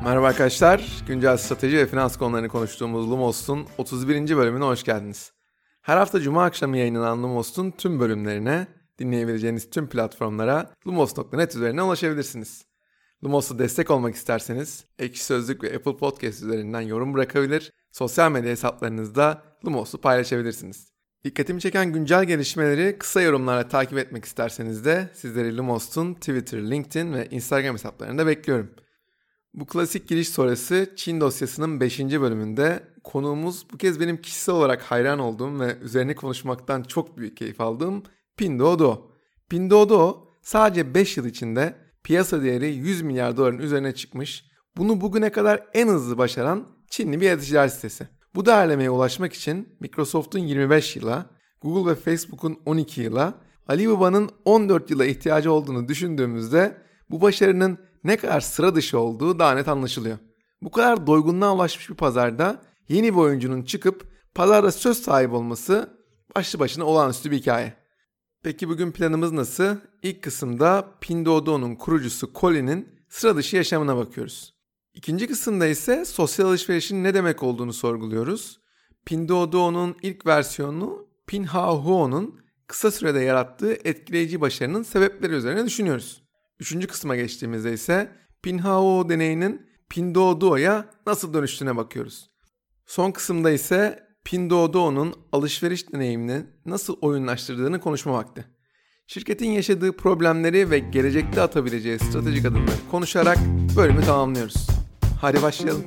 Merhaba arkadaşlar, güncel strateji ve finans konularını konuştuğumuz Lumos'un 31. bölümüne hoş geldiniz. Her hafta Cuma akşamı yayınlanan Lumos'un tüm bölümlerine, dinleyebileceğiniz tüm platformlara lumos.net üzerinden ulaşabilirsiniz. Lumos'a destek olmak isterseniz Ekşi Sözlük ve Apple Podcast üzerinden yorum bırakabilir, sosyal medya hesaplarınızda Lumos'u paylaşabilirsiniz. Dikkatimi çeken güncel gelişmeleri kısa yorumlarla takip etmek isterseniz de sizleri Lumos'un Twitter, LinkedIn ve Instagram hesaplarında bekliyorum. Bu klasik giriş sonrası Çin dosyasının 5. bölümünde konuğumuz bu kez benim kişisel olarak hayran olduğum ve üzerine konuşmaktan çok büyük keyif aldığım Pinduoduo. Pinduoduo sadece 5 yıl içinde piyasa değeri 100 milyar doların üzerine çıkmış, bunu bugüne kadar en hızlı başaran Çinli bir e-ticaret sitesi. Bu değerlemeye ulaşmak için Microsoft'un 25 yıla, Google ve Facebook'un 12 yıla, Alibaba'nın 14 yıla ihtiyacı olduğunu düşündüğümüzde bu başarının ne kadar sıra dışı olduğu daha net anlaşılıyor. Bu kadar doygunluğa ulaşmış bir pazarda yeni bir oyuncunun çıkıp pazarda söz sahibi olması başlı başına olağanüstü bir hikaye. Peki bugün planımız nasıl? İlk kısımda Pinduoduo'nun kurucusu Colin'in sıra dışı yaşamına bakıyoruz. İkinci kısımda ise sosyal alışverişin ne demek olduğunu sorguluyoruz. Pinduoduo'nun ilk versiyonu Pinhaohuo'nun kısa sürede yarattığı etkileyici başarının sebepleri üzerine düşünüyoruz. Üçüncü kısma geçtiğimizde ise Pinhaohuo deneyinin Pinduoduo'ya nasıl dönüştüğüne bakıyoruz. Son kısımda ise Pinduoduo'nun alışveriş deneyimini nasıl oyunlaştırdığını konuşma vakti. Şirketin yaşadığı problemleri ve gelecekte atabileceği stratejik adımları konuşarak bölümü tamamlıyoruz. Hadi başlayalım.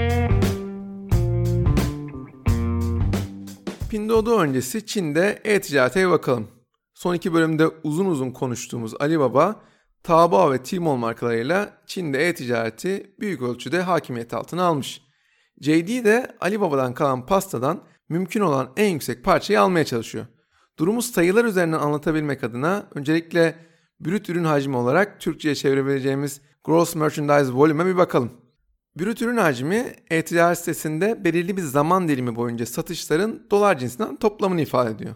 Pinduoduo öncesi Çin'de e-ticarete bir bakalım. Son 2 bölümde uzun uzun konuştuğumuz Alibaba, Taobao ve Tmall markalarıyla Çin'de e-ticareti büyük ölçüde hakimiyet altına almış. JD de Alibaba'dan kalan pastadan mümkün olan en yüksek parçayı almaya çalışıyor. Durumu sayılar üzerinden anlatabilmek adına öncelikle brüt ürün hacmi olarak Türkçe'ye çevirebileceğimiz Gross Merchandise Volume'e bir bakalım. Brüt ürün hacmi e-ticaret sitesinde belirli bir zaman dilimi boyunca satışların dolar cinsinden toplamını ifade ediyor.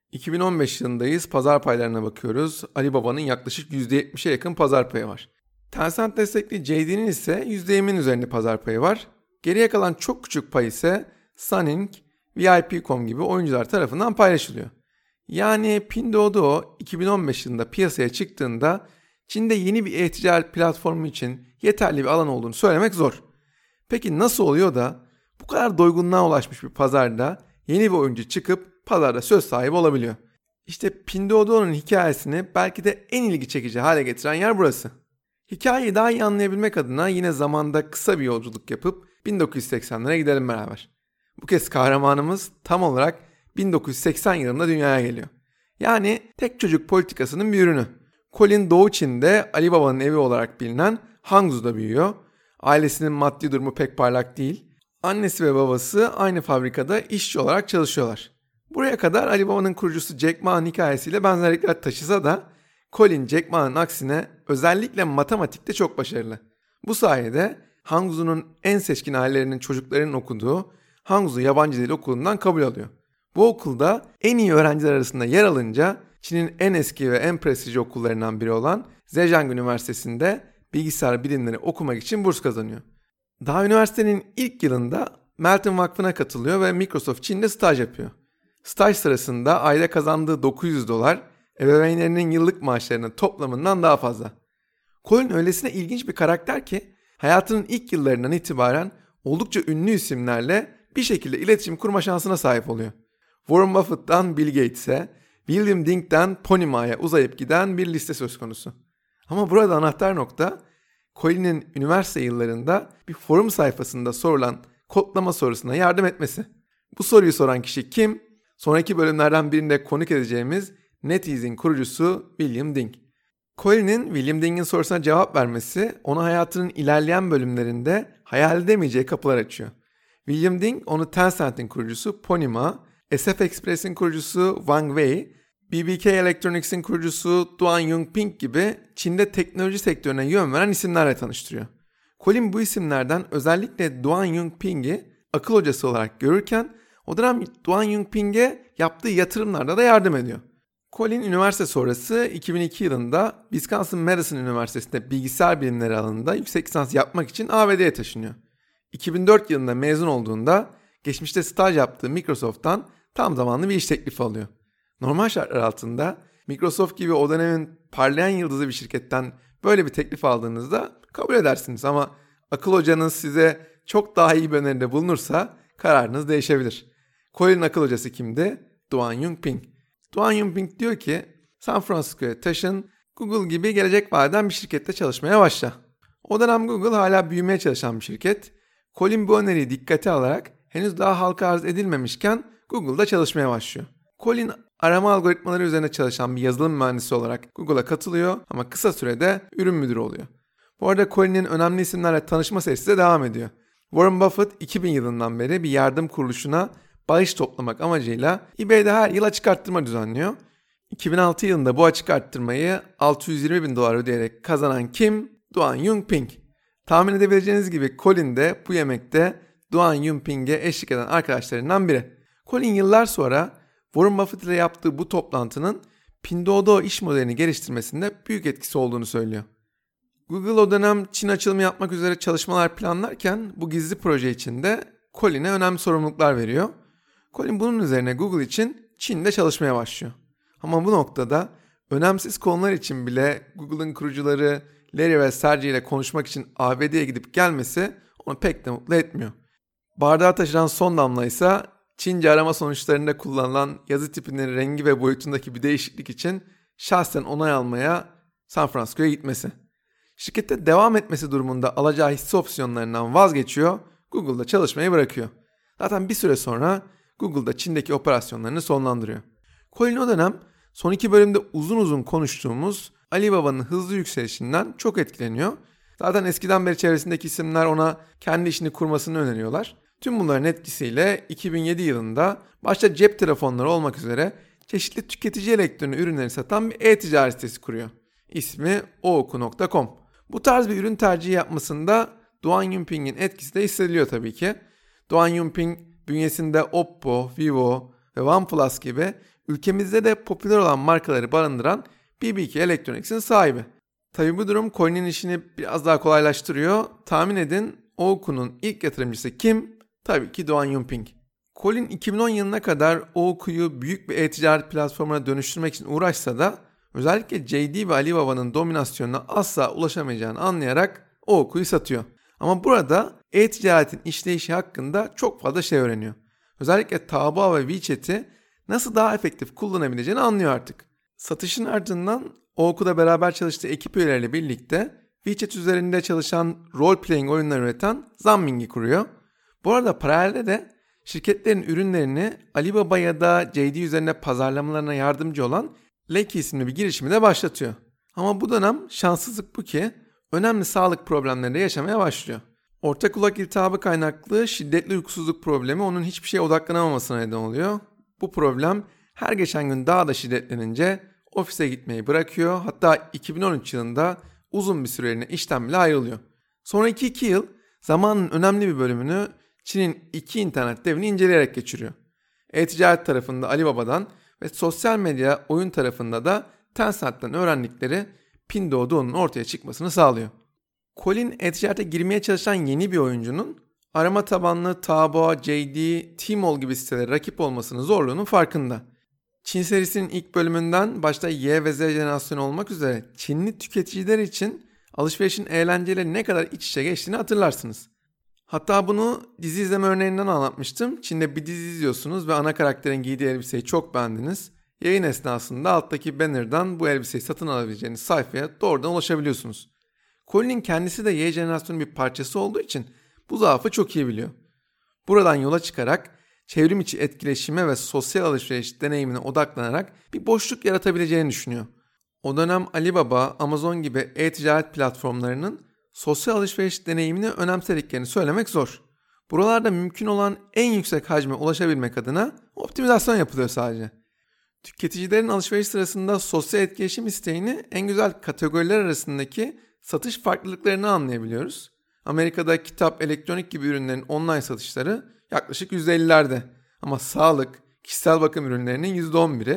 2015 yılındayız, pazar paylarına bakıyoruz. Alibaba'nın yaklaşık %70'e yakın pazar payı var. Tencent destekli JD'nin ise %20'nin üzerinde pazar payı var. Geriye kalan çok küçük pay ise Suning, VIP.com gibi oyuncular tarafından paylaşılıyor. Yani Pinduoduo 2015 yılında piyasaya çıktığında Çin'de yeni bir e-ticaret platformu için yeterli bir alan olduğunu söylemek zor. Peki nasıl oluyor da bu kadar doygunluğa ulaşmış bir pazarda yeni bir oyuncu çıkıp pazarda söz sahibi olabiliyor? İşte Pinduoduo'nun hikayesini belki de en ilgi çekici hale getiren yer burası. Hikayeyi daha iyi anlayabilmek adına yine zamanda kısa bir yolculuk yapıp 1980'lere gidelim beraber. Bu kez kahramanımız tam olarak 1980 yılında dünyaya geliyor. Yani tek çocuk politikasının bir ürünü. Colin Doğu Çin'de Alibaba'nın evi olarak bilinen Hangzhou'da büyüyor. Ailesinin maddi durumu pek parlak değil. Annesi ve babası aynı fabrikada işçi olarak çalışıyorlar. Buraya kadar Alibaba'nın kurucusu Jack Ma'nın hikayesiyle benzerlikler taşısa da Colin Jack Ma'nın aksine özellikle matematikte çok başarılı. Bu sayede Hangzhou'nun en seçkin ailelerinin çocuklarının okuduğu Hangzhou Yabancı Dil Okulu'ndan kabul alıyor. Bu okulda en iyi öğrenciler arasında yer alınca Çin'in en eski ve en prestijli okullarından biri olan Zhejiang Üniversitesi'nde bilgisayar bilimleri okumak için burs kazanıyor. Daha üniversitenin ilk yılında Melton Vakfı'na katılıyor ve Microsoft Çin'de staj yapıyor. Staj sırasında ayda kazandığı $900 ebeveynlerinin yıllık maaşlarının toplamından daha fazla. Colin öylesine ilginç bir karakter ki hayatının ilk yıllarından itibaren oldukça ünlü isimlerle bir şekilde iletişim kurma şansına sahip oluyor. Warren Buffett'tan Bill Gates'e, William Ding'den Pony Ma'ya uzayıp giden bir liste söz konusu. Ama burada anahtar nokta, Colin'in üniversite yıllarında bir forum sayfasında sorulan kodlama sorusuna yardım etmesi. Bu soruyu soran kişi kim? Sonraki bölümlerden birinde konuk edeceğimiz NetEase'in kurucusu William Ding. Colin'in William Ding'in sorusuna cevap vermesi ona hayatının ilerleyen bölümlerinde hayal edemeyeceği kapılar açıyor. William Ding onu Tencent'in kurucusu Pony Ma, SF Express'in kurucusu Wang Wei, BBK Electronics'in kurucusu Duan Yongping gibi Çin'de teknoloji sektörüne yön veren isimlerle tanıştırıyor. Colin bu isimlerden özellikle Duan Yongping'i akıl hocası olarak görürken o dönem Duan Yongping'e yaptığı yatırımlarda da yardım ediyor. Colin üniversite sonrası 2002 yılında Wisconsin-Madison Üniversitesi'nde bilgisayar bilimleri alanında yüksek lisans yapmak için ABD'ye taşınıyor. 2004 yılında mezun olduğunda geçmişte staj yaptığı Microsoft'tan tam zamanlı bir iş teklifi alıyor. Normal şartlar altında Microsoft gibi o dönemin parlayan yıldızı bir şirketten böyle bir teklif aldığınızda kabul edersiniz ama akıl hocanız size çok daha iyi bir öneride bulunursa kararınız değişebilir. Colin'in akıl hocası kimdi? Duan Yongping. Duan Yongping diyor ki San Francisco'ya taşın, Google gibi gelecek vadeden bir şirkette çalışmaya başla. O dönem Google hala büyümeye çalışan bir şirket. Colin bu öneriyi dikkate alarak henüz daha halka arz edilmemişken Google'da çalışmaya başlıyor. Colin arama algoritmaları üzerine çalışan bir yazılım mühendisi olarak Google'a katılıyor ama kısa sürede ürün müdürü oluyor. Bu arada Colin'in önemli isimlerle tanışma serisi de devam ediyor. Warren Buffett 2000 yılından beri bir yardım kuruluşuna bağış toplamak amacıyla eBay'de her yıl açık arttırma düzenliyor. 2006 yılında bu açık arttırmayı $620.000 ödeyerek kazanan kim? Duan Yongping. Tahmin edebileceğiniz gibi Colin de bu yemekte Duan Yongping'e eşlik eden arkadaşlarından biri. Colin yıllar sonra Warren Buffett ile yaptığı bu toplantının Pinduoduo iş modelini geliştirmesinde büyük etkisi olduğunu söylüyor. Google o dönem Çin açılımı yapmak üzere çalışmalar planlarken bu gizli proje içinde Colin'e önemli sorumluluklar veriyor. Colin bunun üzerine Google için Çin'de çalışmaya başlıyor. Ama bu noktada önemsiz konular için bile Google'ın kurucuları Larry ve Sergey ile konuşmak için ABD'ye gidip gelmesi onu pek de mutlu etmiyor. Bardağı taşıran son damla ise Çince arama sonuçlarında kullanılan yazı tipinin rengi ve boyutundaki bir değişiklik için şahsen onay almaya San Francisco'ya gitmesi. Şirkette devam etmesi durumunda alacağı hisse opsiyonlarından vazgeçiyor, Google'da çalışmayı bırakıyor. Zaten bir süre sonra Google'da Çin'deki operasyonlarını sonlandırıyor. Colin o dönem son 2 bölümde uzun uzun konuştuğumuz Alibaba'nın hızlı yükselişinden çok etkileniyor. Zaten eskiden beri çevresindeki isimler ona kendi işini kurmasını öneriyorlar. Tüm bunların etkisiyle 2007 yılında başta cep telefonları olmak üzere çeşitli tüketici elektronik ürünleri satan bir e-ticaret sitesi kuruyor. İsmi ooku.com. Bu tarz bir ürün tercihi yapmasında Duan Yongping'in etkisi de hissediliyor tabii ki. Duan Yongping bünyesinde Oppo, Vivo ve OnePlus gibi ülkemizde de popüler olan markaları barındıran BBK Electronics'in sahibi. Tabii bu durum Colin'in işini biraz daha kolaylaştırıyor. Tahmin edin Ooku'nun ilk yatırımcısı kim? Tabii ki Duan Yongping. Colin 2010 yılına kadar Ooku'yu büyük bir e-ticaret platformuna dönüştürmek için uğraşsa da özellikle JD ve Alibaba'nın dominasyonuna asla ulaşamayacağını anlayarak Ooku'yu satıyor. Ama burada e-ticaretin işleyişi hakkında çok fazla şey öğreniyor. Özellikle Taobao ve WeChat'i nasıl daha efektif kullanabileceğini anlıyor artık. Satışın ardından Ooku'da beraber çalıştığı ekip üyeleriyle birlikte WeChat üzerinde çalışan role-playing oyunlar üreten Zamming'i kuruyor. Bu arada paralelde de şirketlerin ürünlerini Alibaba ya da JD üzerinde pazarlamalarına yardımcı olan Leki isimli bir girişimi de başlatıyor. Ama bu dönem şanssızlık bu ki önemli sağlık problemleri de yaşamaya başlıyor. Orta kulak iltihabı kaynaklı şiddetli uykusuzluk problemi onun hiçbir şeye odaklanamamasına neden oluyor. Bu problem her geçen gün daha da şiddetlenince ofise gitmeyi bırakıyor. Hatta 2013 yılında uzun bir süreliğine işten bile ayrılıyor. Sonraki 2 yıl zamanın önemli bir bölümünü Çin'in 2 internet devini inceleyerek geçiriyor. E-ticaret tarafında Alibaba'dan ve sosyal medya oyun tarafında da Tencent'ten öğrendikleri Pinduoduo'nun ortaya çıkmasını sağlıyor. Colin e-ticarete girmeye çalışan yeni bir oyuncunun arama tabanlı Taobao, JD, Tmall gibi sitelere rakip olmasının zorluğunun farkında. Çin serisinin ilk bölümünden başta Y ve Z jenerasyonu olmak üzere Çinli tüketiciler için alışverişin eğlenceyle ne kadar iç içe geçtiğini hatırlarsınız. Hatta bunu dizi izleme örneğinden anlatmıştım. Çin'de bir dizi izliyorsunuz ve ana karakterin giydiği elbiseyi çok beğendiniz. Yayın esnasında alttaki banner'dan bu elbiseyi satın alabileceğiniz sayfaya doğrudan ulaşabiliyorsunuz. Colin'in kendisi de Y jenerasyonun bir parçası olduğu için bu zaafı çok iyi biliyor. Buradan yola çıkarak çevrim içi etkileşime ve sosyal alışveriş deneyimine odaklanarak bir boşluk yaratabileceğini düşünüyor. O dönem Alibaba, Amazon gibi e-ticaret platformlarının sosyal alışveriş deneyimini önemsediklerini söylemek zor. Buralarda mümkün olan en yüksek hacme ulaşabilmek adına optimizasyon yapılıyor sadece. Tüketicilerin alışveriş sırasında sosyal etkileşim isteğini en güzel kategoriler arasındaki satış farklılıklarını anlayabiliyoruz. Amerika'da kitap, elektronik gibi ürünlerin online satışları yaklaşık %50'lerde ama sağlık, kişisel bakım ürünlerinin %11'i,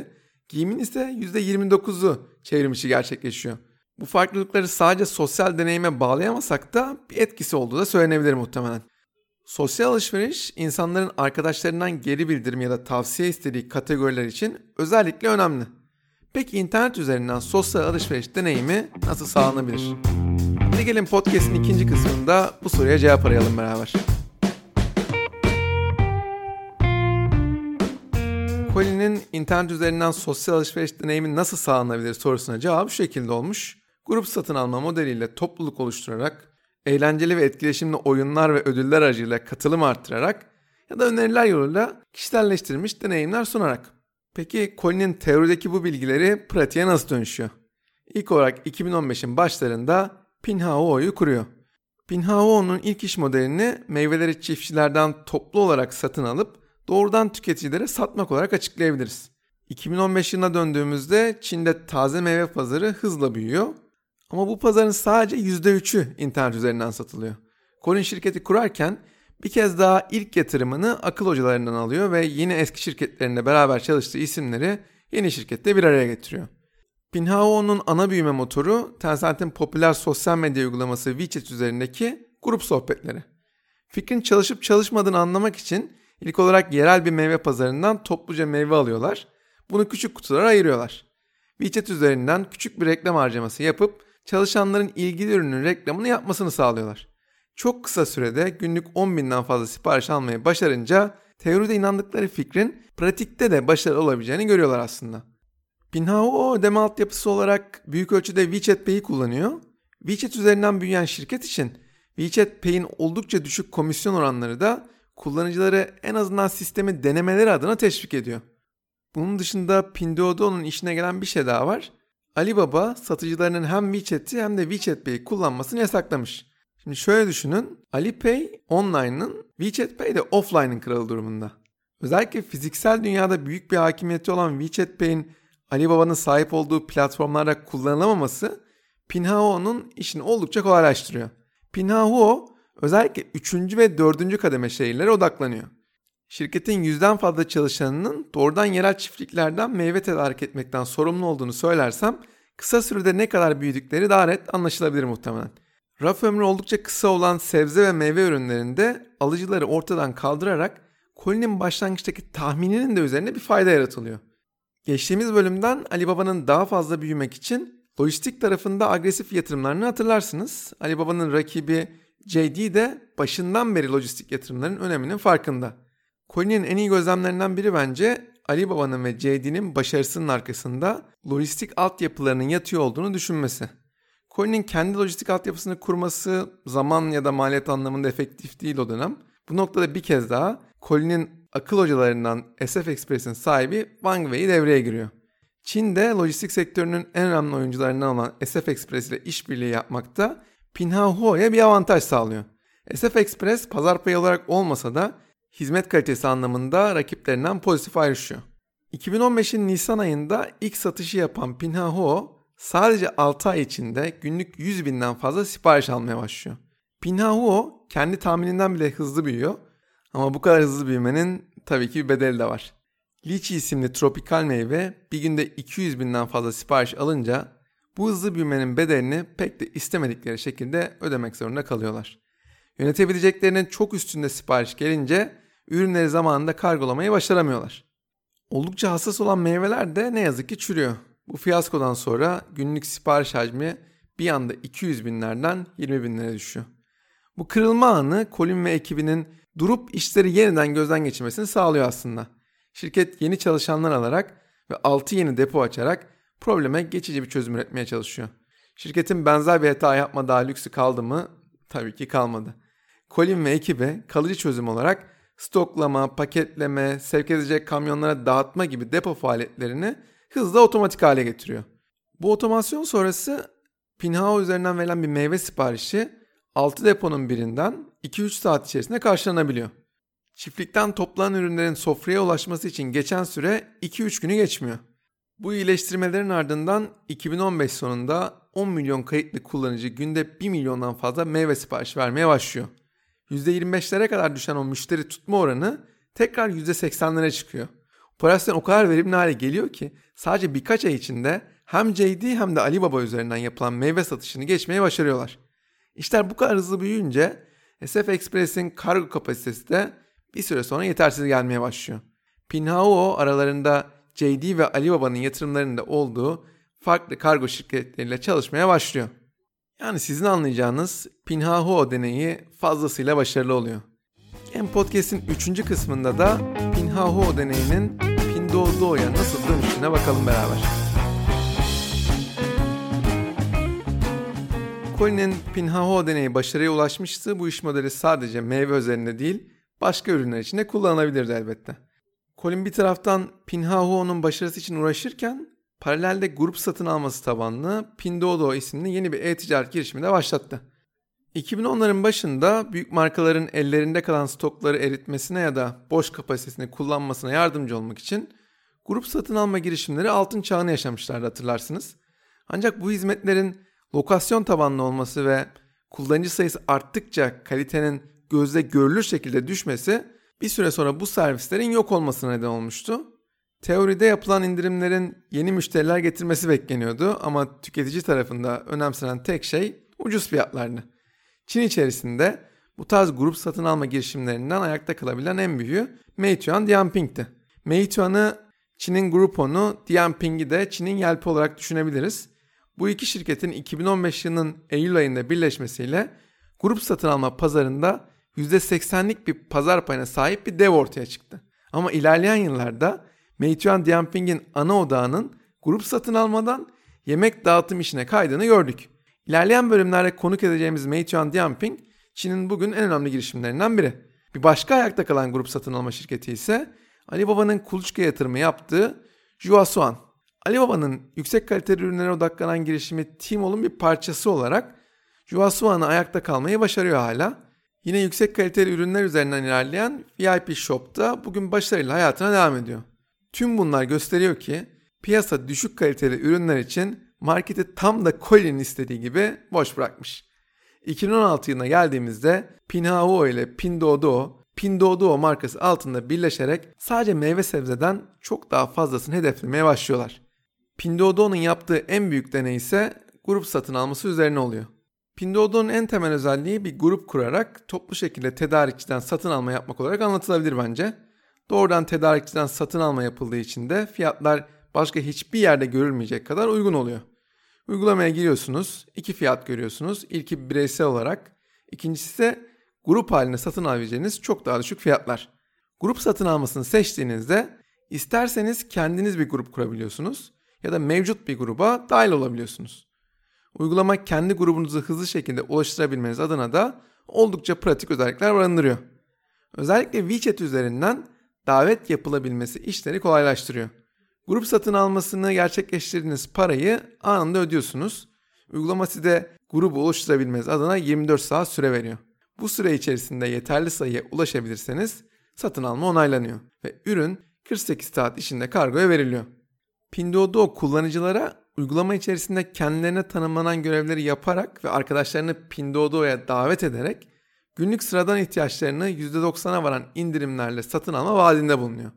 Giyimin ise %29'u çevrim içi gerçekleşiyor. Bu farklılıkları sadece sosyal deneyime bağlayamasak da bir etkisi olduğu da söylenebilir muhtemelen. Sosyal alışveriş insanların arkadaşlarından geri bildirim ya da tavsiye istediği kategoriler için özellikle önemli. Peki internet üzerinden sosyal alışveriş deneyimi nasıl sağlanabilir? Hadi gelin podcast'in ikinci kısmında bu soruya cevap arayalım beraber. Colin'in internet üzerinden sosyal alışveriş deneyimi nasıl sağlanabilir sorusuna cevabı şu şekilde olmuş. Grup satın alma modeliyle topluluk oluşturarak, eğlenceli ve etkileşimli oyunlar ve ödüller aracılığıyla katılım arttırarak ya da öneriler yoluyla kişiselleştirilmiş deneyimler sunarak. Peki Colin'in teorideki bu bilgileri pratiğe nasıl dönüşüyor? İlk olarak 2015'in başlarında Pinhao'yu kuruyor. Pinhao'nun ilk iş modelini meyveleri çiftçilerden toplu olarak satın alıp doğrudan tüketicilere satmak olarak açıklayabiliriz. 2015 yılına döndüğümüzde Çin'de taze meyve pazarı hızla büyüyor. Ama bu pazarın sadece %3'ü internet üzerinden satılıyor. Colin şirketi kurarken bir kez daha ilk yatırımını akıl hocalarından alıyor ve yeni eski şirketlerinde beraber çalıştığı isimleri yeni şirkette bir araya getiriyor. Pinhao'nun ana büyüme motoru Tencent'in popüler sosyal medya uygulaması WeChat üzerindeki grup sohbetleri. Fikrin çalışıp çalışmadığını anlamak için ilk olarak yerel bir meyve pazarından topluca meyve alıyorlar. Bunu küçük kutulara ayırıyorlar. WeChat üzerinden küçük bir reklam harcaması yapıp çalışanların ilgili ürünün reklamını yapmasını sağlıyorlar. Çok kısa sürede günlük 10.000'den fazla sipariş almayı başarınca teoride inandıkları fikrin pratikte de başarılı olabileceğini görüyorlar aslında. Pinhao ödeme altyapısı olarak büyük ölçüde WeChat Pay'i kullanıyor. WeChat üzerinden büyüyen şirket için WeChat Pay'in oldukça düşük komisyon oranları da kullanıcıları en azından sistemi denemeleri adına teşvik ediyor. Bunun dışında Pinduoduo'nun işine gelen bir şey daha var. Alibaba satıcılarının hem WeChat'i hem de WeChat Pay'i kullanmasını yasaklamış. Şimdi şöyle düşünün, Alipay online'ın, WeChat Pay de offline'ın kralı durumunda. Özellikle fiziksel dünyada büyük bir hakimiyeti olan WeChat Pay'in Alibaba'nın sahip olduğu platformlarda kullanılamaması Pinhao'nun işini oldukça kolaylaştırıyor. Pinhao özellikle 3. ve 4. kademe şehirlere odaklanıyor. Şirketin 100'den fazla çalışanının doğrudan yerel çiftliklerden meyve tedarik etmekten sorumlu olduğunu söylersem kısa sürede ne kadar büyüdükleri daha net anlaşılabilir muhtemelen. Raf ömrü oldukça kısa olan sebze ve meyve ürünlerinde alıcıları ortadan kaldırarak Colin'in başlangıçtaki tahmininin de üzerine bir fayda yaratılıyor. Geçtiğimiz bölümden Alibaba'nın daha fazla büyümek için lojistik tarafında agresif yatırımlarını hatırlarsınız. Alibaba'nın rakibi JD de başından beri lojistik yatırımların öneminin farkında. Colin'in en iyi gözlemlerinden biri bence Alibaba'nın ve JD'nin başarısının arkasında lojistik altyapılarının yatıyor olduğunu düşünmesi. Colin'in kendi lojistik altyapısını kurması zaman ya da maliyet anlamında efektif değil o dönem. Bu noktada bir kez daha Colin'in akıl hocalarından SF Express'in sahibi Wang Wei devreye giriyor. Çin'de lojistik sektörünün en önemli oyuncularından olan SF Express ile işbirliği yapmakta Pinhao'ya bir avantaj sağlıyor. SF Express pazar payı olarak olmasa da hizmet kalitesi anlamında rakiplerinden pozitif ayrışıyor. 2015'in Nisan ayında ilk satışı yapan Pinhao sadece 6 ay içinde günlük 100.000'den fazla sipariş almaya başlıyor. Pinhao kendi tahmininden bile hızlı büyüyor ama bu kadar hızlı büyümenin tabii ki bir bedeli de var. Lichi isimli tropikal meyve bir günde 200.000'den fazla sipariş alınca bu hızlı büyümenin bedelini pek de istemedikleri şekilde ödemek zorunda kalıyorlar. Yönetebileceklerinin çok üstünde sipariş gelince ürünleri zamanında kargolamayı başaramıyorlar. Oldukça hassas olan meyveler de ne yazık ki çürüyor. Bu fiyaskodan sonra günlük sipariş hacmi bir anda 200.000'lerden 20.000'lere düşüyor. Bu kırılma anı Colin ve ekibinin durup işleri yeniden gözden geçirmesini sağlıyor aslında. Şirket yeni çalışanlar alarak ve 6 yeni depo açarak probleme geçici bir çözüm üretmeye çalışıyor. Şirketin benzer bir hata yapma daha lüksü kaldı mı? Tabii ki kalmadı. Colin ve ekibe kalıcı çözüm olarak stoklama, paketleme, sevk edecek kamyonlara dağıtma gibi depo faaliyetlerini hızla otomatik hale getiriyor. Bu otomasyon sonrası Pinhao üzerinden verilen bir meyve siparişi 6 deponun birinden 2-3 saat içerisinde karşılanabiliyor. Çiftlikten toplanan ürünlerin sofraya ulaşması için geçen süre 2-3 günü geçmiyor. Bu iyileştirmelerin ardından 2015 sonunda 10 milyon kayıtlı kullanıcı günde 1 milyondan fazla meyve siparişi vermeye başlıyor. %25'lere kadar düşen o müşteri tutma oranı tekrar %80'lere çıkıyor. Operasyon o kadar verimli hale geliyor ki sadece birkaç ay içinde hem JD hem de Alibaba üzerinden yapılan meyve satışını geçmeye başarıyorlar. İşler bu kadar hızlı büyüyünce SF Express'in kargo kapasitesi de bir süre sonra yetersiz gelmeye başlıyor. Pinhao'o aralarında JD ve Alibaba'nın yatırımlarında olduğu farklı kargo şirketleriyle çalışmaya başlıyor. Yani sizin anlayacağınız Pinhao'o deneyi fazlasıyla başarılı oluyor. Game Podcast'in 3. kısmında da Pinhao'o deneyinin Pinduoduo'ya nasıl dönüştüğüne bakalım beraber. Colin'in Pinhao'o deneyi başarıya ulaşmıştı. Bu iş modeli sadece meyve üzerinde değil, başka ürünler için de kullanılabilirdi elbette. Colin bir taraftan Pinhao'nun başarısı için uğraşırken paralelde grup satın alması tabanlı Pinduoduo isimli yeni bir e-ticaret girişimi de başlattı. 2010'ların başında büyük markaların ellerinde kalan stokları eritmesine ya da boş kapasitesini kullanmasına yardımcı olmak için grup satın alma girişimleri altın çağını yaşamışlardı, hatırlarsınız. Ancak bu hizmetlerin lokasyon tabanlı olması ve kullanıcı sayısı arttıkça kalitenin gözle görülür şekilde düşmesi bir süre sonra bu servislerin yok olmasına neden olmuştu. Teoride yapılan indirimlerin yeni müşteriler getirmesi bekleniyordu ama tüketici tarafında önemsenen tek şey ucuz fiyatlardı. Çin içerisinde bu tarz grup satın alma girişimlerinden ayakta kalabilen en büyüğü Meituan Dianping'ti. Meituan'ı Çin'in Groupon'u, Dianping'i de Çin'in Yelp'i olarak düşünebiliriz. Bu iki şirketin 2015 yılının Eylül ayında birleşmesiyle grup satın alma pazarında %80'lik bir pazar payına sahip bir dev ortaya çıktı. Ama ilerleyen yıllarda Meituan Dianping'in ana odağının grup satın almadan yemek dağıtım işine kaydığını gördük. İlerleyen bölümlerde konuk edeceğimiz Meituan Dianping, Çin'in bugün en önemli girişimlerinden biri. Bir başka ayakta kalan grup satın alma şirketi ise Alibaba'nın kuluçka yatırımı yaptığı Zhuosuan. Alibaba'nın yüksek kaliteli ürünlere odaklanan girişimi Tmall'un bir parçası olarak Zhuosuan'ı ayakta kalmayı başarıyor hala. Yine yüksek kaliteli ürünler üzerinden ilerleyen VIP Shop'ta bugün başarıyla hayatına devam ediyor. Tüm bunlar gösteriyor ki piyasa düşük kaliteli ürünler için marketi tam da Colin'in istediği gibi boş bırakmış. 2016 yılına geldiğimizde Pinhao ile Pinduoduo markası altında birleşerek sadece meyve sebzeden çok daha fazlasını hedeflemeye başlıyorlar. Pinduoduo'nun yaptığı en büyük deney ise grup satın alması üzerine oluyor. Pinduoduo'nun en temel özelliği bir grup kurarak toplu şekilde tedarikçiden satın alma yapmak olarak anlatılabilir bence. Doğrudan tedarikçiden satın alma yapıldığı için de fiyatlar başka hiçbir yerde görülmeyecek kadar uygun oluyor. Uygulamaya giriyorsunuz, iki fiyat görüyorsunuz. İlki bireysel olarak, ikincisi ise grup halinde satın alabileceğiniz çok daha düşük fiyatlar. Grup satın almasını seçtiğinizde isterseniz kendiniz bir grup kurabiliyorsunuz ya da mevcut bir gruba dahil olabiliyorsunuz. Uygulama kendi grubunuzu hızlı şekilde ulaştırabilmeniz adına da oldukça pratik özellikler barındırıyor. Özellikle WeChat üzerinden davet yapılabilmesi işleri kolaylaştırıyor. Grup satın almasını gerçekleştirdiğiniz parayı anında ödüyorsunuz. Uygulama size grubu oluşturabilmeniz adına 24 saat süre veriyor. Bu süre içerisinde yeterli sayıya ulaşabilirseniz satın alma onaylanıyor ve ürün 48 saat içinde kargoya veriliyor. Pinduoduo kullanıcılara uygulama içerisinde kendilerine tanımlanan görevleri yaparak ve arkadaşlarını Pinduoduo'ya davet ederek günlük sıradan ihtiyaçlarını %90'a varan indirimlerle satın alma vaadinde bulunuyor.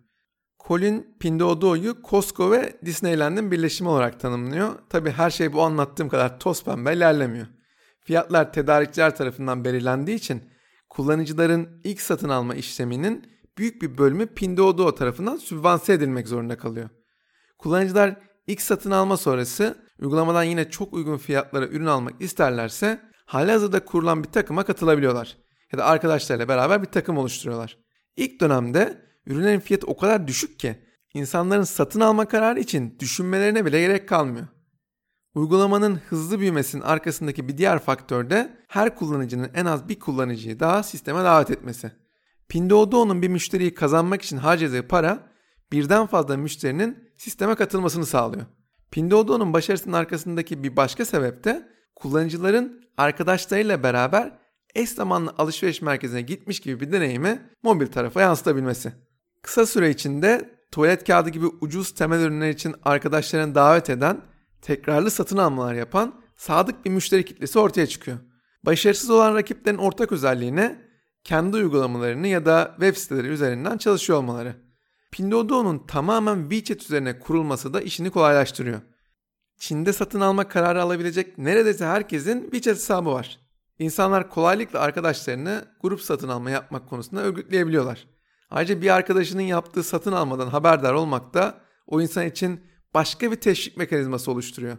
Colin Pinduoduo'yu Costco ve Disneyland'in birleşimi olarak tanımlıyor. Tabii her şey bu anlattığım kadar toz pembe ilerlemiyor. Fiyatlar tedarikçiler tarafından belirlendiği için kullanıcıların ilk satın alma işleminin büyük bir bölümü Pinduoduo tarafından sübvanse edilmek zorunda kalıyor. Kullanıcılar ilk satın alma sonrası uygulamadan yine çok uygun fiyatlara ürün almak isterlerse halihazırda kurulan bir takıma katılabiliyorlar. Ya da arkadaşlarıyla beraber bir takım oluşturuyorlar. İlk dönemde ürünlerin fiyatı o kadar düşük ki insanların satın alma kararı için düşünmelerine bile gerek kalmıyor. Uygulamanın hızlı büyümesinin arkasındaki bir diğer faktör de her kullanıcının en az bir kullanıcıyı daha sisteme davet etmesi. Pinduoduo'nun bir müşteriyi kazanmak için harcadığı para birden fazla müşterinin sisteme katılmasını sağlıyor. Pinduoduo'nun başarısının arkasındaki bir başka sebep de kullanıcıların arkadaşlarıyla beraber eş zamanlı alışveriş merkezine gitmiş gibi bir deneyimi mobil tarafa yansıtabilmesi. Kısa süre içinde tuvalet kağıdı gibi ucuz temel ürünler için arkadaşlarını davet eden, tekrarlı satın almalar yapan sadık bir müşteri kitlesi ortaya çıkıyor. Başarısız olan rakiplerin ortak özelliğine kendi uygulamalarını ya da web siteleri üzerinden çalışıyor olmaları. Pinduoduo'nun tamamen WeChat üzerine kurulması da işini kolaylaştırıyor. Çin'de satın alma kararı alabilecek neredeyse herkesin WeChat hesabı var. İnsanlar kolaylıkla arkadaşlarını grup satın alma yapmak konusunda örgütleyebiliyorlar. Ayrıca bir arkadaşının yaptığı satın almadan haberdar olmak da o insan için başka bir teşvik mekanizması oluşturuyor.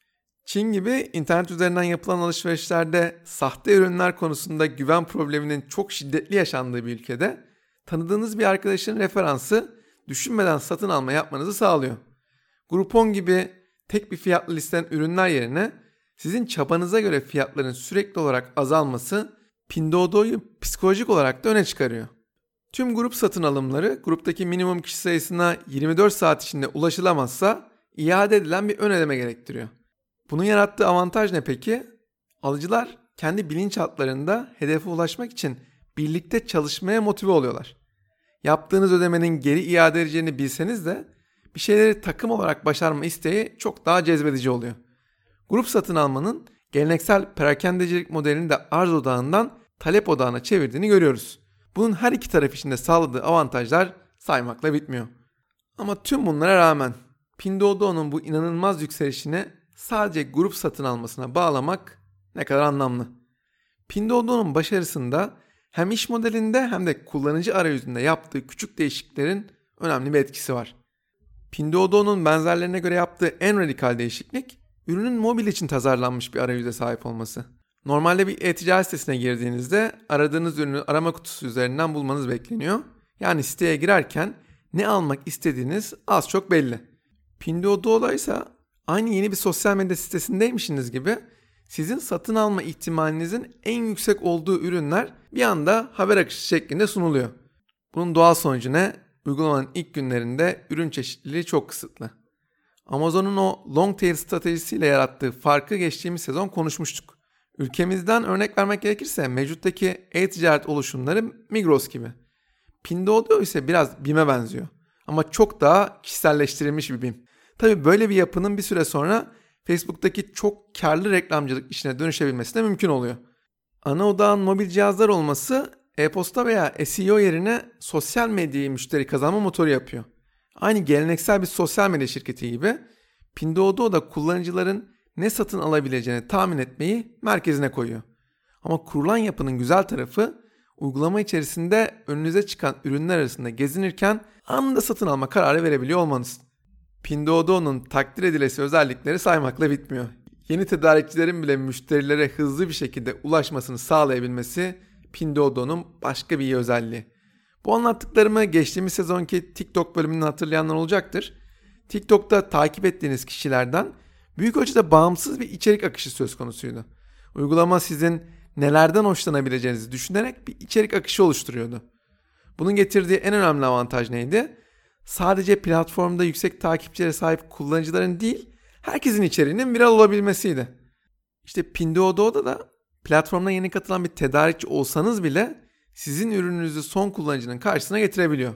Çin gibi internet üzerinden yapılan alışverişlerde sahte ürünler konusunda güven probleminin çok şiddetli yaşandığı bir ülkede tanıdığınız bir arkadaşın referansı düşünmeden satın alma yapmanızı sağlıyor. Groupon gibi tek bir fiyatlı listeden ürünler yerine sizin çabanıza göre fiyatların sürekli olarak azalması Pinduoduo'yu psikolojik olarak da öne çıkarıyor. Tüm grup satın alımları gruptaki minimum kişi sayısına 24 saat içinde ulaşılamazsa iade edilen bir ön ödeme gerektiriyor. Bunun yarattığı avantaj ne peki? Alıcılar kendi bilinçaltlarında hedefe ulaşmak için birlikte çalışmaya motive oluyorlar. Yaptığınız ödemenin geri iade edeceğini bilseniz de bir şeyleri takım olarak başarma isteği çok daha cezbedici oluyor. Grup satın almanın geleneksel perakendecilik modelini de arz odağından talep odağına çevirdiğini görüyoruz. Bunun her iki taraf için de sağladığı avantajlar saymakla bitmiyor. Ama tüm bunlara rağmen Pinduoduo'nun bu inanılmaz yükselişini sadece grup satın almasına bağlamak ne kadar anlamlı. Pinduoduo'nun başarısında hem iş modelinde hem de kullanıcı arayüzünde yaptığı küçük değişikliklerin önemli bir etkisi var. Pinduoduo'nun benzerlerine göre yaptığı en radikal değişiklik, ürünün mobil için tasarlanmış bir arayüze sahip olması. Normalde bir e-ticaret sitesine girdiğinizde aradığınız ürünü arama kutusu üzerinden bulmanız bekleniyor. Yani siteye girerken ne almak istediğiniz az çok belli. Pinduoduo'da ise aynı yeni bir sosyal medya sitesindeymişsiniz gibi sizin satın alma ihtimalinizin en yüksek olduğu ürünler bir anda haber akışı şeklinde sunuluyor. Bunun doğal sonucu ne? Uygulamanın ilk günlerinde ürün çeşitliliği çok kısıtlı. Amazon'un o long tail stratejisiyle yarattığı farkı geçtiğimiz sezon konuşmuştuk. Ülkemizden örnek vermek gerekirse mevcuttaki e-ticaret oluşumları Migros gibi. Pinduoduo ise biraz BİM'e benziyor. Ama çok daha kişiselleştirilmiş bir BİM. Tabii böyle bir yapının bir süre sonra Facebook'taki çok karlı reklamcılık işine dönüşebilmesi de mümkün oluyor. Ana odağın mobil cihazlar olması e-posta veya SEO yerine sosyal medyayı müşteri kazanma motoru yapıyor. Aynı geleneksel bir sosyal medya şirketi gibi Pinduoduo da kullanıcıların ne satın alabileceğini tahmin etmeyi merkezine koyuyor. Ama kurulan yapının güzel tarafı uygulama içerisinde önünüze çıkan ürünler arasında gezinirken anında satın alma kararı verebiliyor olmanız. Pinduoduo'nun takdir edilesi özellikleri saymakla bitmiyor. Yeni tedarikçilerin bile müşterilere hızlı bir şekilde ulaşmasını sağlayabilmesi Pinduoduo'nun başka bir iyi özelliği. Bu anlattıklarımı geçtiğimiz sezonki TikTok bölümünü hatırlayanlar olacaktır. TikTok'ta takip ettiğiniz kişilerden büyük ölçüde bağımsız bir içerik akışı söz konusuydu. Uygulama sizin nelerden hoşlanabileceğinizi düşünerek bir içerik akışı oluşturuyordu. Bunun getirdiği en önemli avantaj neydi? Sadece platformda yüksek takipçilere sahip kullanıcıların değil, herkesin içeriğinin viral olabilmesiydi. İşte Pinduoduo'da da platformuna yeni katılan bir tedarikçi olsanız bile sizin ürününüzü son kullanıcının karşısına getirebiliyor.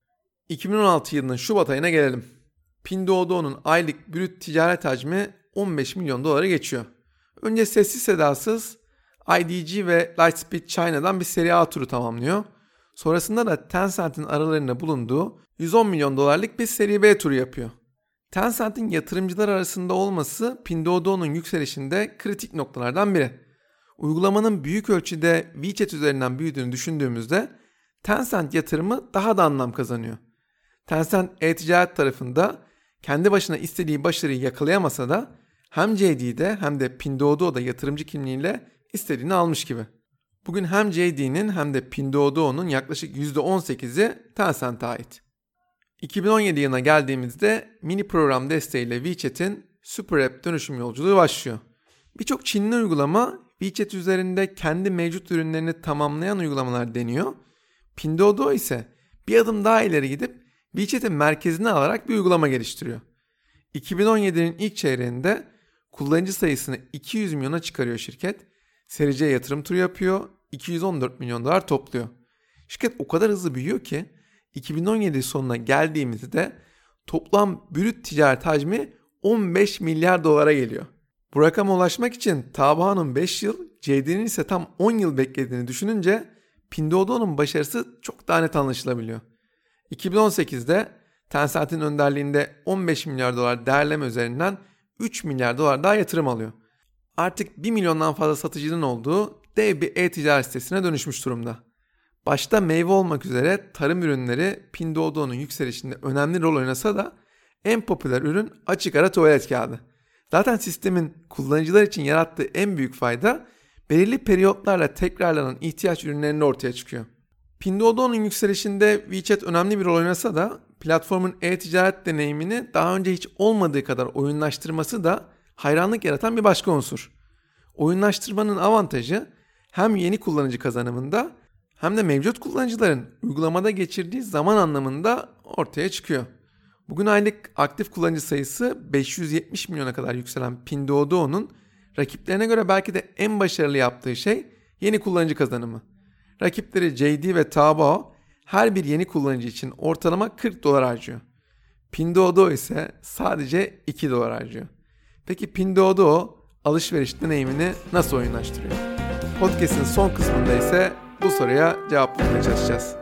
2016 yılının Şubat ayına gelelim. Pinduoduo'nun aylık brüt ticaret hacmi 15 milyon dolara geçiyor. Önce sessiz sedasız IDG ve Lightspeed China'dan bir seri A turu tamamlıyor. Sonrasında da Tencent'in aralarında bulunduğu 110 milyon dolarlık bir seri B turu yapıyor. Tencent'in yatırımcılar arasında olması Pinduoduo'nun yükselişinde kritik noktalardan biri. Uygulamanın büyük ölçüde WeChat üzerinden büyüdüğünü düşündüğümüzde Tencent yatırımı daha da anlam kazanıyor. Tencent e-ticaret tarafında kendi başına istediği başarıyı yakalayamasa da hem JD'de hem de Pinduoduo'da yatırımcı kimliğiyle istediğini almış gibi. Bugün hem JD'nin hem de Pinduoduo'nun yaklaşık %18'i Tencent'e ait. 2017 yılına geldiğimizde mini program desteğiyle WeChat'in Super App dönüşüm yolculuğu başlıyor. Birçok Çinli uygulama WeChat üzerinde kendi mevcut ürünlerini tamamlayan uygulamalar deniyor. Pinduoduo ise bir adım daha ileri gidip WeChat'in merkezine alarak bir uygulama geliştiriyor. 2017'nin ilk çeyreğinde kullanıcı sayısını 200 milyona çıkarıyor şirket. Seri C yatırım turu yapıyor, 214 milyon dolar topluyor. Şirket o kadar hızlı büyüyor ki 2017 sonuna geldiğimizde toplam brüt ticaret hacmi 15 milyar dolara geliyor. Bu rakama ulaşmak için Taobao'nun 5 yıl, JD'nin ise tam 10 yıl beklediğini düşününce Pinduoduo'nun başarısı çok daha net anlaşılabiliyor. 2018'de Tencent'in önderliğinde 15 milyar dolar değerleme üzerinden 3 milyar dolar daha yatırım alıyor. Artık 1 milyondan fazla satıcının olduğu dev bir e-ticaret sitesine dönüşmüş durumda. Başta meyve olmak üzere tarım ürünleri Pinduoduo'nun yükselişinde önemli rol oynasa da en popüler ürün açık ara tuvalet kağıdı. Zaten sistemin kullanıcılar için yarattığı en büyük fayda belirli periyotlarla tekrarlanan ihtiyaç ürünlerinde ortaya çıkıyor. Pinduoduo'nun yükselişinde WeChat önemli bir rol oynasa da platformun e-ticaret deneyimini daha önce hiç olmadığı kadar oyunlaştırması da hayranlık yaratan bir başka unsur. Oyunlaştırmanın avantajı hem yeni kullanıcı kazanımında hem de mevcut kullanıcıların uygulamada geçirdiği zaman anlamında ortaya çıkıyor. Bugün aylık aktif kullanıcı sayısı 570 milyona kadar yükselen Pinduoduo'nun rakiplerine göre belki de en başarılı yaptığı şey yeni kullanıcı kazanımı. Rakipleri JD ve Taobao her bir yeni kullanıcı için ortalama 40 dolar harcıyor. Pinduoduo ise sadece 2 dolar harcıyor. Peki Pinduoduo alışveriş deneyimini nasıl oyunlaştırıyor? Podcast'in son kısmında ise bu soruya cevap bulmaya çalışacağız.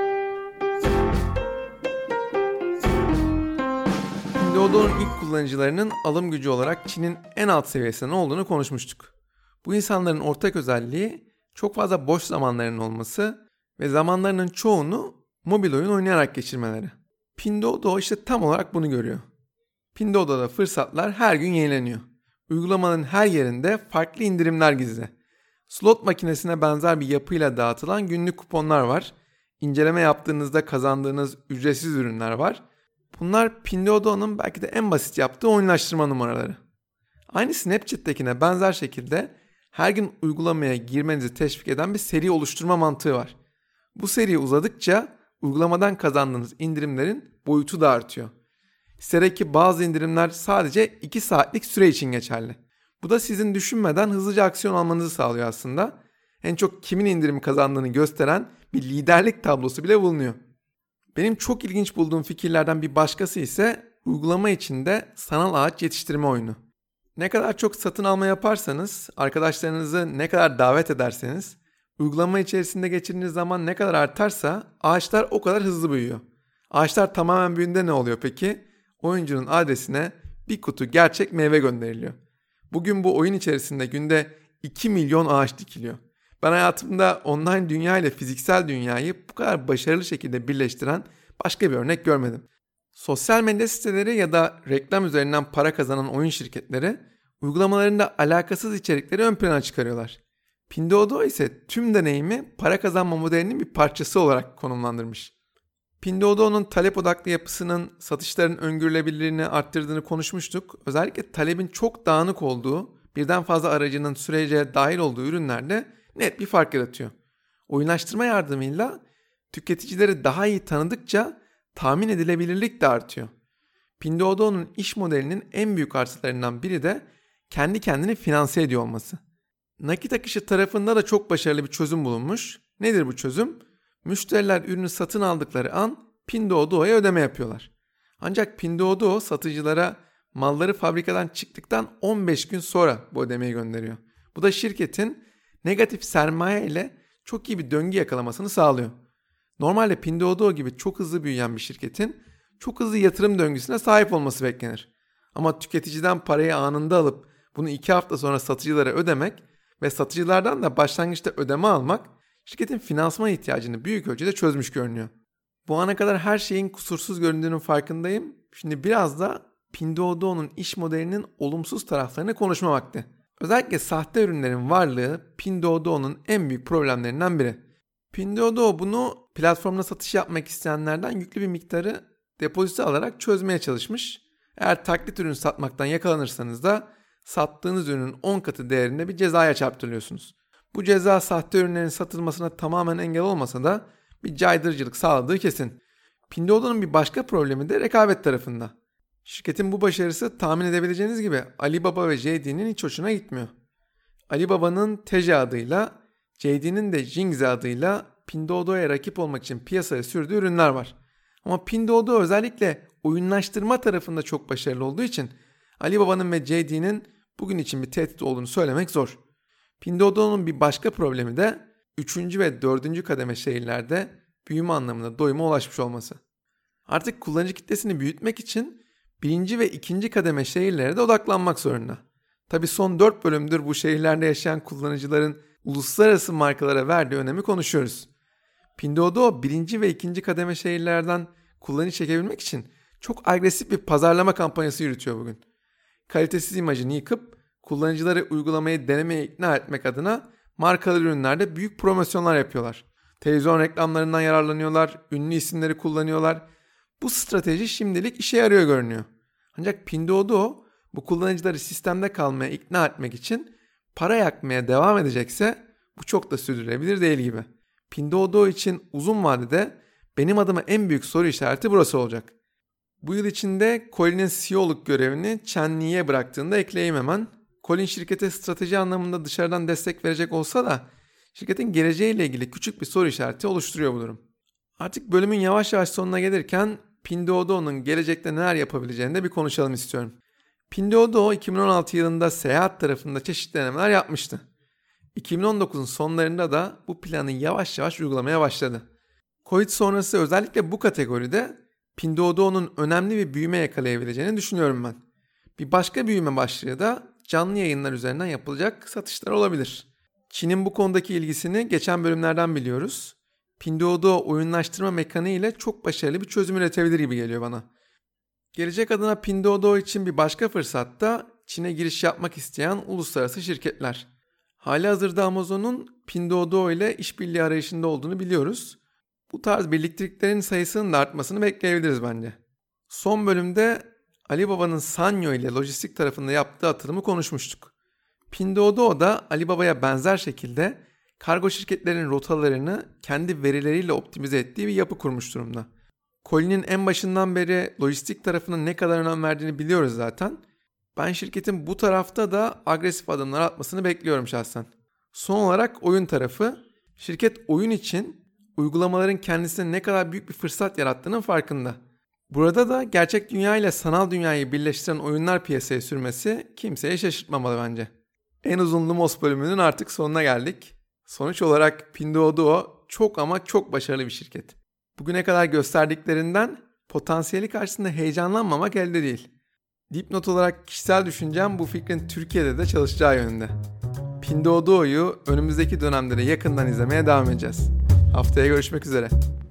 Pinduoduo'nun ilk kullanıcılarının alım gücü olarak Çin'in en alt seviyesinde ne olduğunu konuşmuştuk. Bu insanların ortak özelliği çok fazla boş zamanlarının olması ve zamanlarının çoğunu mobil oyun oynayarak geçirmeleri. Pinduoduo işte tam olarak bunu görüyor. Pinduoduo'da fırsatlar her gün yenileniyor. Uygulamanın her yerinde farklı indirimler gizli. Slot makinesine benzer bir yapıyla dağıtılan günlük kuponlar var. İnceleme yaptığınızda kazandığınız ücretsiz ürünler var. Bunlar Pinduoduo'nun belki de en basit yaptığı oyunlaştırma numaraları. Aynı Snapchat'tekine benzer şekilde her gün uygulamaya girmenizi teşvik eden bir seri oluşturma mantığı var. Bu seri uzadıkça uygulamadan kazandığınız indirimlerin boyutu da artıyor. Sitedeki bazı indirimler sadece 2 saatlik süre için geçerli. Bu da sizin düşünmeden hızlıca aksiyon almanızı sağlıyor aslında. En çok kimin indirim kazandığını gösteren bir liderlik tablosu bile bulunuyor. Benim çok ilginç bulduğum fikirlerden bir başkası ise uygulama içinde sanal ağaç yetiştirme oyunu. Ne kadar çok satın alma yaparsanız, arkadaşlarınızı ne kadar davet ederseniz, uygulama içerisinde geçirdiğiniz zaman ne kadar artarsa ağaçlar o kadar hızlı büyüyor. Ağaçlar tamamen büyüdüğünde ne oluyor peki? Oyuncunun adresine bir kutu gerçek meyve gönderiliyor. Bugün bu oyun içerisinde günde 2 milyon ağaç dikiliyor. Ben hayatımda online dünya ile fiziksel dünyayı bu kadar başarılı şekilde birleştiren başka bir örnek görmedim. Sosyal medya siteleri ya da reklam üzerinden para kazanan oyun şirketleri uygulamalarında alakasız içerikleri ön plana çıkarıyorlar. Pinduoduo ise tüm deneyimi para kazanma modelinin bir parçası olarak konumlandırmış. Pinduoduo'nun talep odaklı yapısının satışların öngörülebilirliğini arttırdığını konuşmuştuk. Özellikle talebin çok dağınık olduğu, birden fazla aracının sürece dahil olduğu ürünlerde net bir fark yaratıyor. Oyunlaştırma yardımıyla tüketicileri daha iyi tanıdıkça tahmin edilebilirlik de artıyor. Pinduoduo'nun iş modelinin en büyük artılarından biri de kendi kendini finanse ediyor olması. Nakit akışı tarafında da çok başarılı bir çözüm bulunmuş. Nedir bu çözüm? Müşteriler ürünü satın aldıkları an Pinduoduo'ya ödeme yapıyorlar. Ancak Pinduoduo satıcılara malları fabrikadan çıktıktan 15 gün sonra bu ödemeyi gönderiyor. Bu da şirketin negatif sermaye ile çok iyi bir döngü yakalamasını sağlıyor. Normalde Pinduoduo gibi çok hızlı büyüyen bir şirketin çok hızlı yatırım döngüsüne sahip olması beklenir. Ama tüketiciden parayı anında alıp bunu 2 hafta sonra satıcılara ödemek ve satıcılardan da başlangıçta ödeme almak şirketin finansman ihtiyacını büyük ölçüde çözmüş görünüyor. Bu ana kadar her şeyin kusursuz göründüğünün farkındayım. Şimdi biraz da Pinduoduo'nun iş modelinin olumsuz taraflarını konuşma vakti. Özellikle sahte ürünlerin varlığı Pinduoduo'nun en büyük problemlerinden biri. Pinduoduo bunu platformda satış yapmak isteyenlerden yüklü bir miktarı depozito alarak çözmeye çalışmış. Eğer taklit ürün satmaktan yakalanırsanız da sattığınız ürünün 10 katı değerinde bir cezaya çarptırılıyorsunuz. Bu ceza sahte ürünlerin satılmasına tamamen engel olmasa da bir caydırıcılık sağladığı kesin. Pinduoduo'nun bir başka problemi de rekabet tarafında. Şirketin bu başarısı tahmin edebileceğiniz gibi Alibaba ve JD'nin hiç hoşuna gitmiyor. Alibaba'nın Teje adıyla, JD'nin de Jingzi adıyla Pinduoduo'ya rakip olmak için piyasaya sürdüğü ürünler var. Ama Pinduoduo özellikle oyunlaştırma tarafında çok başarılı olduğu için Alibaba'nın ve JD'nin bugün için bir tehdit olduğunu söylemek zor. Pinduoduo'nun bir başka problemi de 3. ve 4. kademe şehirlerde büyüme anlamında doyuma ulaşmış olması. Artık kullanıcı kitlesini büyütmek için birinci ve ikinci kademe şehirlere de odaklanmak zorunda. Tabii son 4 bölümdür bu şehirlerde yaşayan kullanıcıların uluslararası markalara verdiği önemi konuşuyoruz. Pinduoduo birinci ve ikinci kademe şehirlerden kullanıcı çekebilmek için çok agresif bir pazarlama kampanyası yürütüyor bugün. Kalitesiz imajını yıkıp kullanıcıları uygulamayı denemeye ikna etmek adına markalı ürünlerde büyük promosyonlar yapıyorlar. Televizyon reklamlarından yararlanıyorlar, ünlü isimleri kullanıyorlar. Bu strateji şimdilik işe yarıyor görünüyor. Ancak Pinduoduo bu kullanıcıları sistemde kalmaya ikna etmek için para yakmaya devam edecekse bu çok da sürdürülebilir değil gibi. Pinduoduo için uzun vadede benim adıma en büyük soru işareti burası olacak. Bu yıl içinde Colin'in CEO'luk görevini Chen Ni'ye bıraktığında ekleyeyim hemen. Colin şirkete strateji anlamında dışarıdan destek verecek olsa da şirketin geleceğiyle ilgili küçük bir soru işareti oluşturuyor bu durum. Artık bölümün yavaş yavaş sonuna gelirken Pinduoduo'nun gelecekte neler yapabileceğini de bir konuşalım istiyorum. Pinduoduo 2016 yılında seyahat tarafında çeşitli denemeler yapmıştı. 2019'un sonlarında da bu planı yavaş yavaş uygulamaya başladı. Covid sonrası özellikle bu kategoride Pinduoduo'nun önemli bir büyüme yakalayabileceğini düşünüyorum ben. Bir başka büyüme başlığı da canlı yayınlar üzerinden yapılacak satışlar olabilir. Çin'in bu konudaki ilgisini geçen bölümlerden biliyoruz. Pinduoduo oyunlaştırma mekaniğiyle çok başarılı bir çözüm üretebilir gibi geliyor bana. Gelecek adına Pinduoduo için bir başka fırsat da Çin'e giriş yapmak isteyen uluslararası şirketler. Halihazırda Amazon'un Pinduoduo ile işbirliği arayışında olduğunu biliyoruz. Bu tarz birlikteliklerin sayısının da artmasını bekleyebiliriz bence. Son bölümde Alibaba'nın Sanyo ile lojistik tarafında yaptığı atılımı konuşmuştuk. Pinduoduo da Alibaba'ya benzer şekilde kargo şirketlerinin rotalarını kendi verileriyle optimize ettiği bir yapı kurmuş durumda. Colin'in en başından beri lojistik tarafına ne kadar önem verdiğini biliyoruz zaten. Ben şirketin bu tarafta da agresif adımlar atmasını bekliyorum şahsen. Son olarak oyun tarafı. Şirket oyun için uygulamaların kendisine ne kadar büyük bir fırsat yarattığının farkında. Burada da gerçek dünya ile sanal dünyayı birleştiren oyunlar piyasaya sürmesi kimseye şaşırtmamalı bence. En uzun Lumos bölümünün artık sonuna geldik. Sonuç olarak Pinduoduo çok ama çok başarılı bir şirket. Bugüne kadar gösterdiklerinden potansiyeli karşısında heyecanlanmamak elde değil. Dipnot olarak kişisel düşüncem bu fikrin Türkiye'de de çalışacağı yönünde. Pinduoduo'yu önümüzdeki dönemde de yakından izlemeye devam edeceğiz. Haftaya görüşmek üzere.